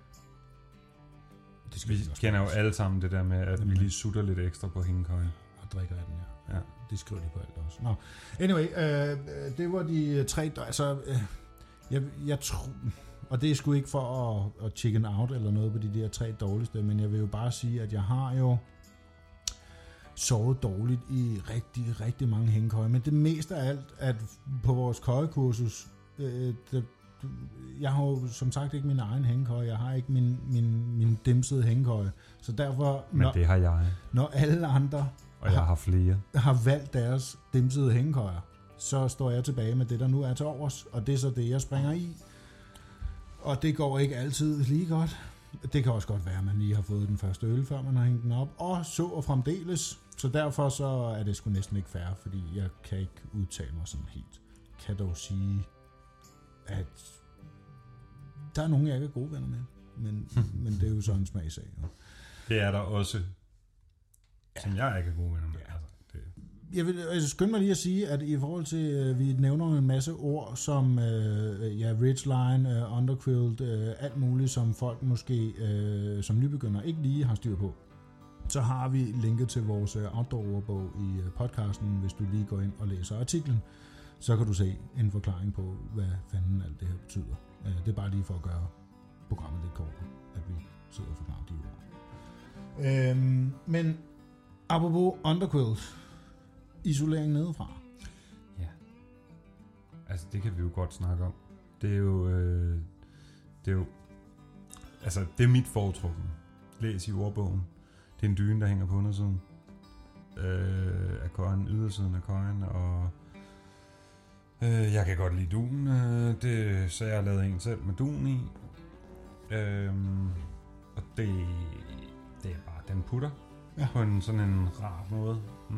Vi kender jo alle sammen det der med, at vi lige sutter lidt ekstra på hængekøjen. Og drikker af den, ja. Det skriver de på alt også. Nå. Anyway, det var de 3... Altså, jeg tror... Og det er sgu ikke for at chicken out eller noget på de der 3 dårligste, men jeg vil jo bare sige, at jeg har jo sovet dårligt i rigtig, rigtig mange hængekøjer. Men det meste af alt, at på vores køjekursus, jeg har jo som sagt ikke min egen hængekøje, jeg har ikke min dimsede hængekøje. Så derfor... Men det har jeg. Når alle andre... Og jeg har flere. Har valgt deres dimsede hængekøjer, så står jeg tilbage med det, der nu er til overs, og det er så det, jeg springer i. Og det går ikke altid lige godt. Det kan også godt være, at man lige har fået den første øl, før man har hængt den op, og så og fremdeles. Så derfor så er det sgu næsten ikke fair, fordi jeg kan ikke udtale mig sådan helt. Kan dog sige, at der er nogen, jeg ikke er gode venner med, men det er jo sådan en smagsag. Jo. Det er der også, som jeg ikke er gode venner med. Ja. Altså. Jeg vil skynde mig lige at sige, at i forhold til, vi nævner en masse ord som ridgeline, underquilt, alt muligt, som folk måske som nybegynder ikke lige har styr på. Så har vi linket til vores outdoor-ordbog i podcasten. Hvis du lige går ind og læser artiklen, så kan du se en forklaring på, hvad fanden alt det her betyder. Det er bare lige for at gøre programmet lidt kortere, at vi sidder og forklarer de ord. Men apropos underquilt, isolering nedefra. Ja. Altså, det kan vi jo godt snakke om. Det er jo altså, det er mit foretrukne. Læs i ordbogen. Det er en dyne, der hænger på undersiden af køjen, ydersiden af køjen, og jeg kan godt lide duen, så jeg har lavet en selv med duen i. Og det er bare, den putter på sådan en rar måde.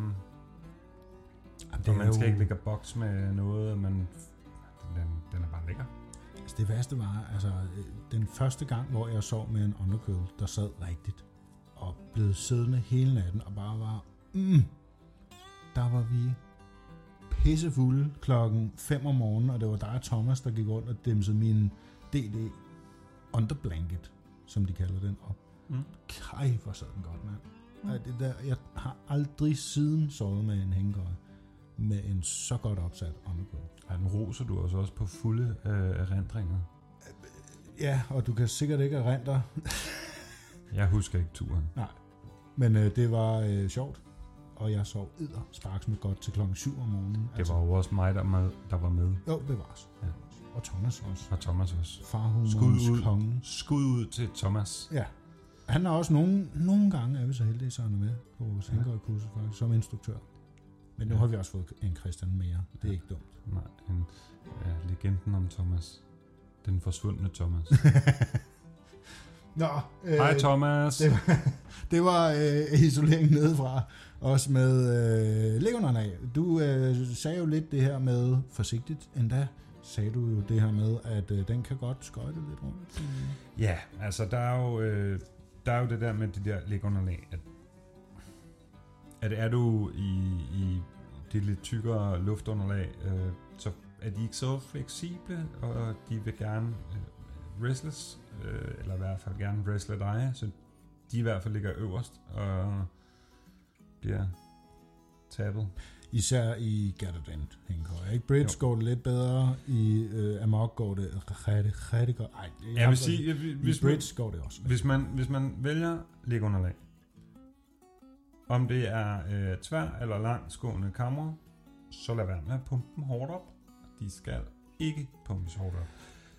Og man skal ikke ligge boks med noget, men den er bare lækker. Altså det værste var, altså den første gang, hvor jeg sov med en underquilt, der sad rigtigt, og blev siddende hele natten, og bare var, der var vi pissefulde klokken 5 om morgenen, og det var dig og Thomas, der gik rundt og dæmsede min DD underblanket, som de kalder den, op. Kaj, hvor sad den godt, mand. Det der, jeg har aldrig siden sovet med en hængekøje med en så godt opsat underquilt. Ja, den roser du også på fulde erindringer. Ja, og du kan sikkert ikke erindre. Jeg husker ikke turen. Nej, men det var sjovt, og jeg sov sparks med godt til klokken 7 om morgenen. Det var jo også mig, der var med. Jo, bevares. Ja. Og Thomas også. Farhumorens konge. Skud ud til Thomas. Ja. Han er også nogle gange, er vi så heldige, så han er med på vores hængekøjekursus faktisk, som instruktør. Men nu har vi også fået en Christian mere. Det er ikke dumt. Nej, legenden om Thomas. Den forsvundne Thomas. Nå, hej Thomas. Det var isoleringen nedefra. Også med læggerne af. Du sagde jo lidt det her med, forsigtigt endda, sagde du jo det her med, at den kan godt skøjte lidt rundt. Ja, altså der er jo det der med de der lægunderlag, at er du i det lidt tykkere luftunderlag, så er de ikke så fleksible, og de vil gerne wrestles, eller i hvert fald gerne wrestle dig, så de i hvert fald ligger øverst og bliver tabet. Især i Gatardent hængekøjer. Ikke? Bridge går det lidt bedre, i Amok går det rigtig godt. Jeg vil sige, i Bridge går det også. Hvis man vælger lægunderlag, om det er tvær eller langsgående kammer, så lad være med at pumpe dem hårdt op. De skal ikke pumpes hårdt op.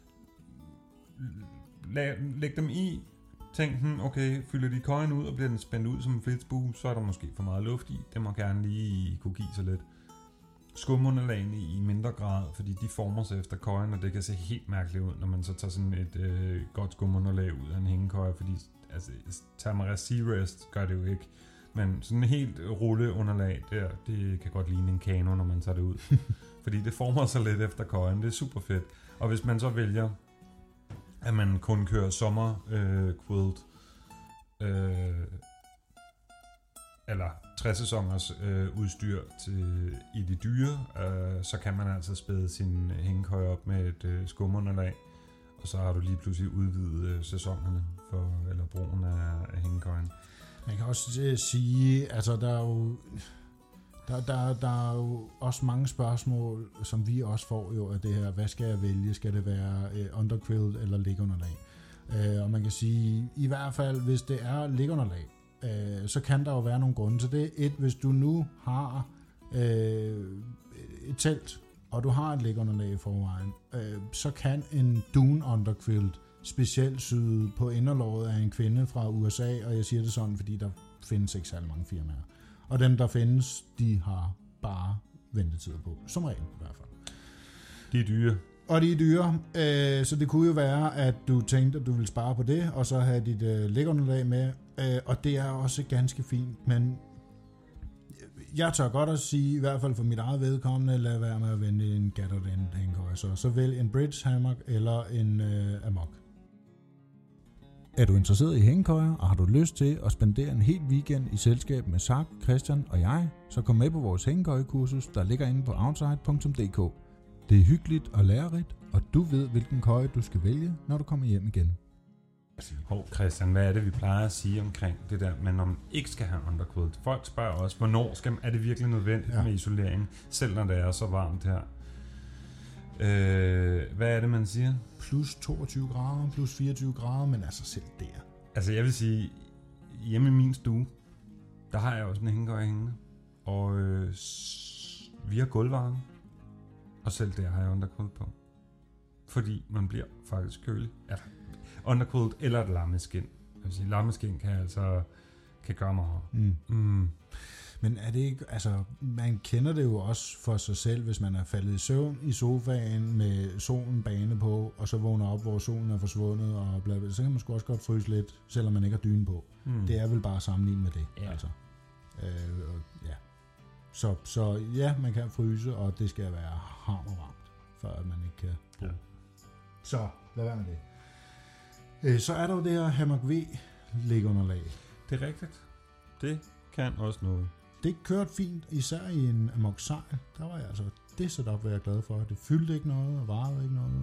Læg dem i. Tænk okay, fylder de køjen ud, og bliver den spændt ud som en flitsbue, så er der måske for meget luft i. Det må gerne lige kunne give sig lidt. Skumunderlagene i mindre grad, fordi de former sig efter køjen, og det kan se helt mærkeligt ud, når man så tager sådan et godt skumunderlag ud af en hængekøje, fordi altså, Tamara Searest gør det jo ikke. Men sådan en helt rulleunderlag der, det kan godt ligne en kano, når man tager det ud. Fordi det former sig lidt efter køjen, det er super fedt. Og hvis man så vælger, at man kun kører sommerquilt, eller 3-sæsoners udstyr i de dyre, så kan man altså spæde sin hængekøje op med et skumunderlag, og så har du lige pludselig udvidet sæsonerne eller brugen af hængekøjen. Man kan også sige, altså der er jo også mange spørgsmål, som vi også får jo af det her, hvad skal jeg vælge? Skal det være underquilt eller lægunderlag? Og man kan sige, i hvert fald, hvis det er lægunderlag, så kan der jo være nogle grunde til det. Hvis du nu har et telt, og du har et lægunderlag i forvejen, så kan en dune underquilt specielt syet på inderlåret af en kvinde fra USA, og jeg siger det sådan, fordi der findes ikke særlig mange firmaer. Og dem, der findes, de har bare ventetider på, som regel i hvert fald. De er dyre. Og de er dyre, så det kunne jo være, at du tænkte, at du ville spare på det, og så have dit lægunderlag med, og det er også ganske fint, men jeg tør godt at sige, i hvert fald for mit eget vedkommende, lad være med at vente en Gatardent hængekøje, så vælg en Bridge hammock eller en Amok. Er du interesseret i hængekøjer, og har du lyst til at spendere en hel weekend i selskab med Zach, Christian og jeg, så kom med på vores hængekøjekursus, der ligger inde på outside.dk. Det er hyggeligt og lærerigt, og du ved, hvilken køje du skal vælge, når du kommer hjem igen. Christian, hvad er det, vi plejer at sige omkring det der, men om man ikke skal have underquilt? Folk spørger også, hvornår er det virkelig nødvendigt med isolering, selv når det er så varmt her? Hvad er det, man siger? Plus 22 grader, plus 24 grader, men altså selv der. Altså jeg vil sige, hjemme i min stue, der har jeg også en hængekøje hængende, og vi har gulvvarme, og selv der har jeg underquilt på. Fordi man bliver faktisk kølig. Altså, underquilt eller et lammeskin. Jeg vil sige, lammeskin kan gøre meget. Men er det ikke, altså man kender det jo også for sig selv, hvis man er faldet i søvn i sofaen med solen bane på, og så vågner op, hvor solen er forsvundet, og bla bla, så kan man sgu også godt fryse lidt, selvom man ikke har dyne på. Det er vel bare sammenlignet med det. Ja. Altså. Ja. Så ja, man kan fryse, og det skal være hammervarmt, før at man ikke kan bruge. Ja. Så lad være med det. Så er der jo det her Hammock V lægunderlag. Det er rigtigt. Det kan også noget. Det kørte fint, især i en Amok Sejl. Der var jeg altså, det setup var jeg glad for. Det fyldte ikke noget, og varede ikke noget.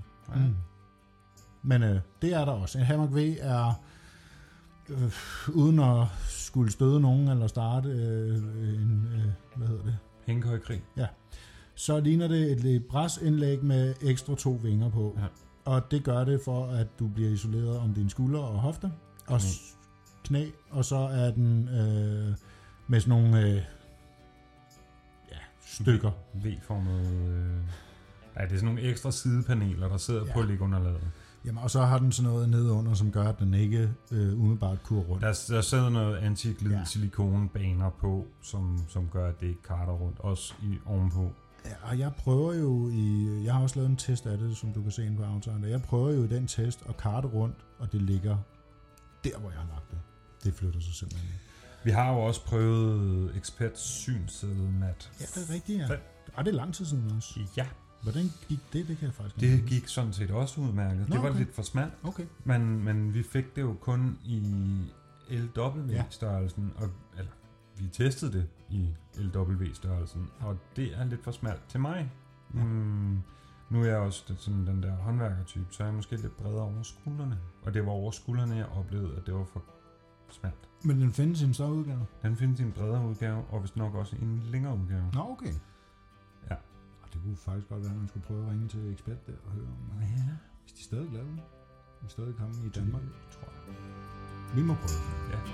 Men det er der også. En Hammock V er, uden at skulle støde nogen, eller starte hvad hedder det? Hængekøjekrig. Ja. Så ligner det et bræsindlæg med ekstra 2 vinger på. Ja. Og det gør det for, at du bliver isoleret om dine skuldre og hofter. Og knæ, og så er den med sådan nogle stykker. V-formede... det er sådan nogle ekstra sidepaneler, der sidder på lægunderlaget. Jamen, og så har den sådan noget nedenunder, som gør, at den ikke umiddelbart kurrer rundt. Der sidder noget antiglid silikonbaner på, som gør, at det ikke karter rundt, også ovenpå. Ja, og jeg prøver jo jeg har også lavet en test af det, som du kan se inde på Outside. Jeg prøver jo i den test at karte rundt, og det ligger der, hvor jeg har lagt det. Det flytter sig simpelthen. Vi har jo også prøvet Expert synseddelmat. Ja, det er rigtigt, ja. Og det er lang tid siden også. Ja. Hvordan gik det? Det kan jeg faktisk ikke. Det gik sådan set også udmærket. Det var lidt for smalt. Okay. Men vi fik det jo kun i LW-størrelsen. Eller vi testede det i LW-størrelsen, og det er lidt for smalt til mig. Ja. Nu er jeg også sådan den der håndværkertype, så er jeg måske lidt bredere over skuldrene. Og det var over skuldrene, jeg oplevede, at det var for smalt. Men den findes i en større udgave? Den findes i en bredere udgave, og vist nok også i en længere udgave. Nå, okay. Ja. Og det kunne faktisk godt være, at man skulle prøve at ringe til ekspert der og høre om, hvis de stadig laver den. De stadig kommer i Danmark, tror jeg. Vi må prøve det. Ja.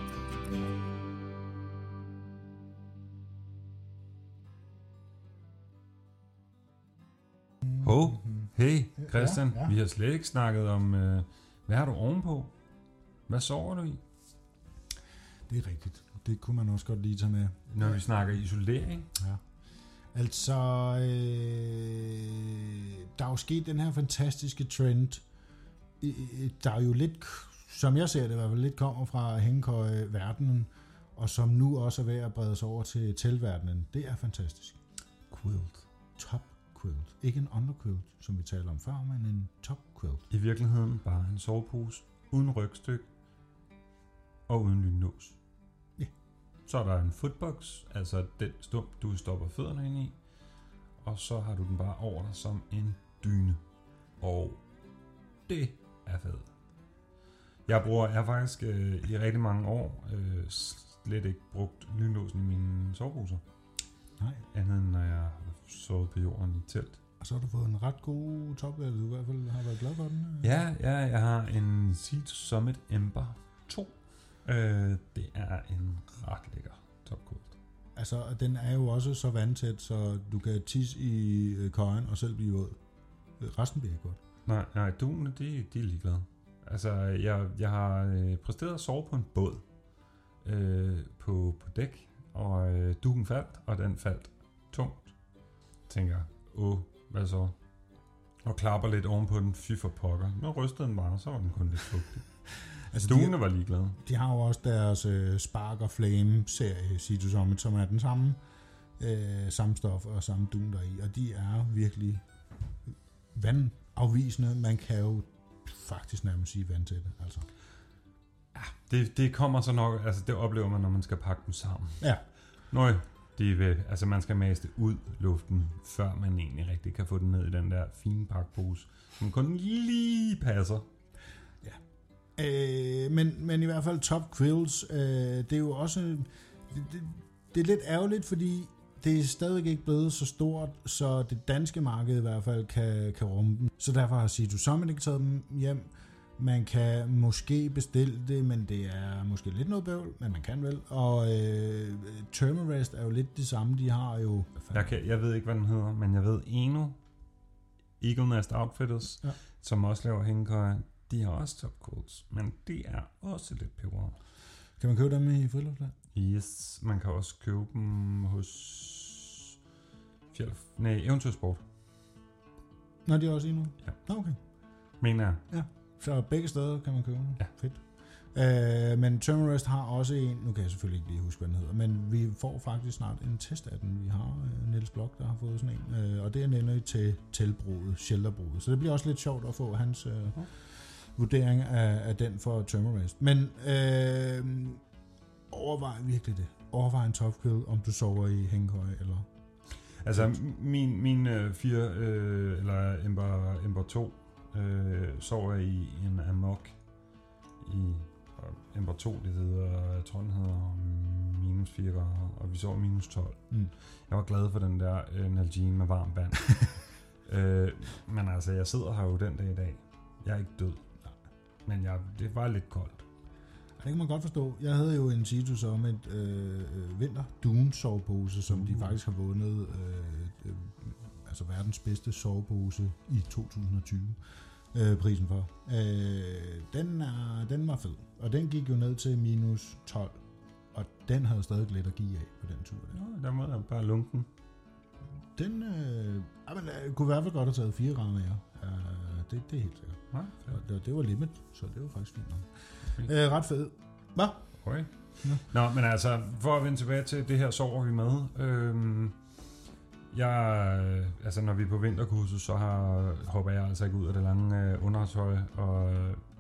Hey Christian, vi har slet ikke snakket om, hvad har du ovenpå? Hvad sover du i? Det er rigtigt. Det kunne man også godt lige tage med. Når vi snakker isolering? Ja. Altså, der er jo sket den her fantastiske trend, der er jo lidt, som jeg ser det i hvert fald, lidt kommer fra hængekøjeverdenen, og som nu også er ved at brede sig over til telverdenen. Det er fantastisk. Quilt. Top quilt. Ikke en underquilt, som vi taler om før, men en top quilt. I virkeligheden bare en sovepose, uden rygstykke og uden lynnås. Ja. Så er der en footbox, altså den stump, du stopper fødderne ind i, og så har du den bare over dig som en dyne. Og det er fedt. Jeg har faktisk i rigtig mange år slet ikke brugt lynnåsen i mine soveposer. Nej. Andet end når jeg har sovet på jorden i telt. Og så har du fået en ret god top, eller du i hvert fald har været glad for den? Ja, jeg har en Sea to Summit Ember 2. Det er en ret lækker topquilt. Altså, den er jo også så vandtæt, så du kan tisse i køjen og selv blive våd. Resten bliver ikke godt. Nej, duene, de er ligeglade. Altså, jeg har præsteret at sove på en båd på dæk, og dugen faldt, og den faldt tungt. Tænker, hvad så? Og klapper lidt ovenpå den, fy for pokker. Men rystede den bare, så var den kun lidt fugtig. Altså, duene var ligeglade. De har jo også deres Spark og Flame-serie, Sea to Summit, som er den samme stof og samme dun der i, og de er virkelig vandafvisende. Man kan jo faktisk nærmest sige vandtætte, altså. Det kommer så nok, altså det oplever man, når man skal pakke dem sammen. Ja. Altså man skal mase det ud luften, før man egentlig rigtig kan få den ned i den der fine pakpose, som kun lige passer. Ja. Men i hvert fald Top Quills, det er jo også... Det er lidt ærgerligt, fordi det er stadig ikke blevet så stort, så det danske marked i hvert fald kan rumme dem. Så derfor har Sea to Summit ikke taget dem hjem. Man kan måske bestille det, men det er måske lidt noget bøvl, men man kan vel. Og Thermarest er jo lidt det samme, de har jo... Jeg ved ikke, hvad den hedder, men jeg ved Eno, Eagle Nest Outfitters, ja, som også laver hængekøjer, de har også Top Quills, men det er også lidt peberet. Kan man købe dem i Friluftsland? Yes, man kan også købe dem hos Eventyrsport. Nå, de er også endnu? Ja. Okay. Mener jeg. Ja, så begge steder kan man købe dem. Ja. Fedt. Men Thermarest har også en, nu kan jeg selvfølgelig ikke lige huske, hvad den hedder, men vi får faktisk snart en test af den. Vi har Niels Blok, der har fået sådan en, og det er nemlig til teltbruget, shelterbruget. Så det bliver også lidt sjovt at få hans vurdering af den for Thermarest. Men overvej virkelig det. Overvej en Top Quill, om du sover i hængekøje eller... Altså min 4 eller Ember 2 sover i en Amok i Ember 2, det hedder, jeg tror den hedder minus 4 grader, og vi sover minus 12. Jeg var glad for den der Nalgene med varmt vand. Men altså, jeg sidder her jo den dag i dag. Jeg er ikke død, men det var lidt koldt. Det kan man godt forstå. Jeg havde jo en Sea to Summit vinter dune sovepose, som de faktisk har vundet altså verdens bedste sovepose i 2020 prisen for. Den var fed, og den gik jo ned til minus 12, og den havde stadig lidt at give af på den tur. Ja, der må jeg bare lunken. Den kunne i hvert fald godt have taget 4 grader mere. Det er helt sikkert. Ja, det var limit, så det var faktisk fint nok. Ret fed. Hvad? Okay. Ja. Nå, men altså, for at vende tilbage til det her, sover vi med. Altså, når vi er på vinterkursus, så hopper jeg altså ikke ud af det lange undertøj, og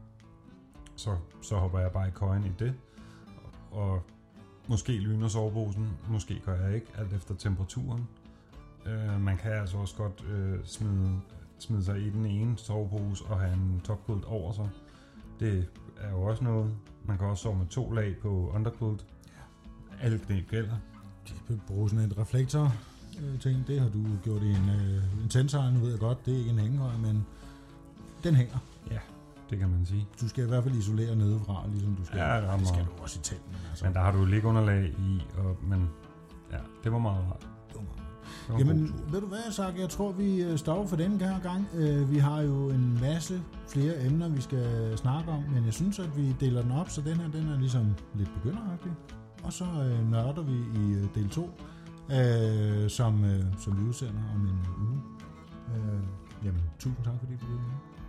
så hopper jeg bare i køjen i det. Og måske lyner soveposen, måske gør jeg ikke, alt efter temperaturen. Man kan altså også godt smide sig i den ene sovepose og have en topquilt over sig. Det er jo også noget. Man kan også sove med 2 lag på underquilt. Ja. Alle knæb gælder. Det bruger sådan et reflektor ting. Det har du gjort i en tensor, nu ved jeg godt, det er ikke en hængekøj, men den hænger. Ja, det kan man sige. Du skal i hvert fald isolere nedefra, ligesom du skal. Ja, det skal du også i telten. Altså. Men der har du liggeunderlag i, men ja, det var meget rart. Jamen, ved du hvad, Zach? Jeg tror, vi stopper for denne her gang. Vi har jo en masse flere emner, vi skal snakke om, men jeg synes, at vi deler den op, så den her, den er ligesom lidt begynderagtig. Og så nørder vi i del 2, som vi udsender om en uge. Jamen, tusind tak, fordi du var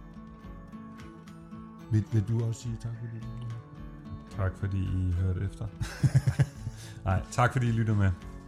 med. Vil du også sige tak, fordi du var med? Tak, fordi I hørte efter. Nej, tak fordi I lyttede med.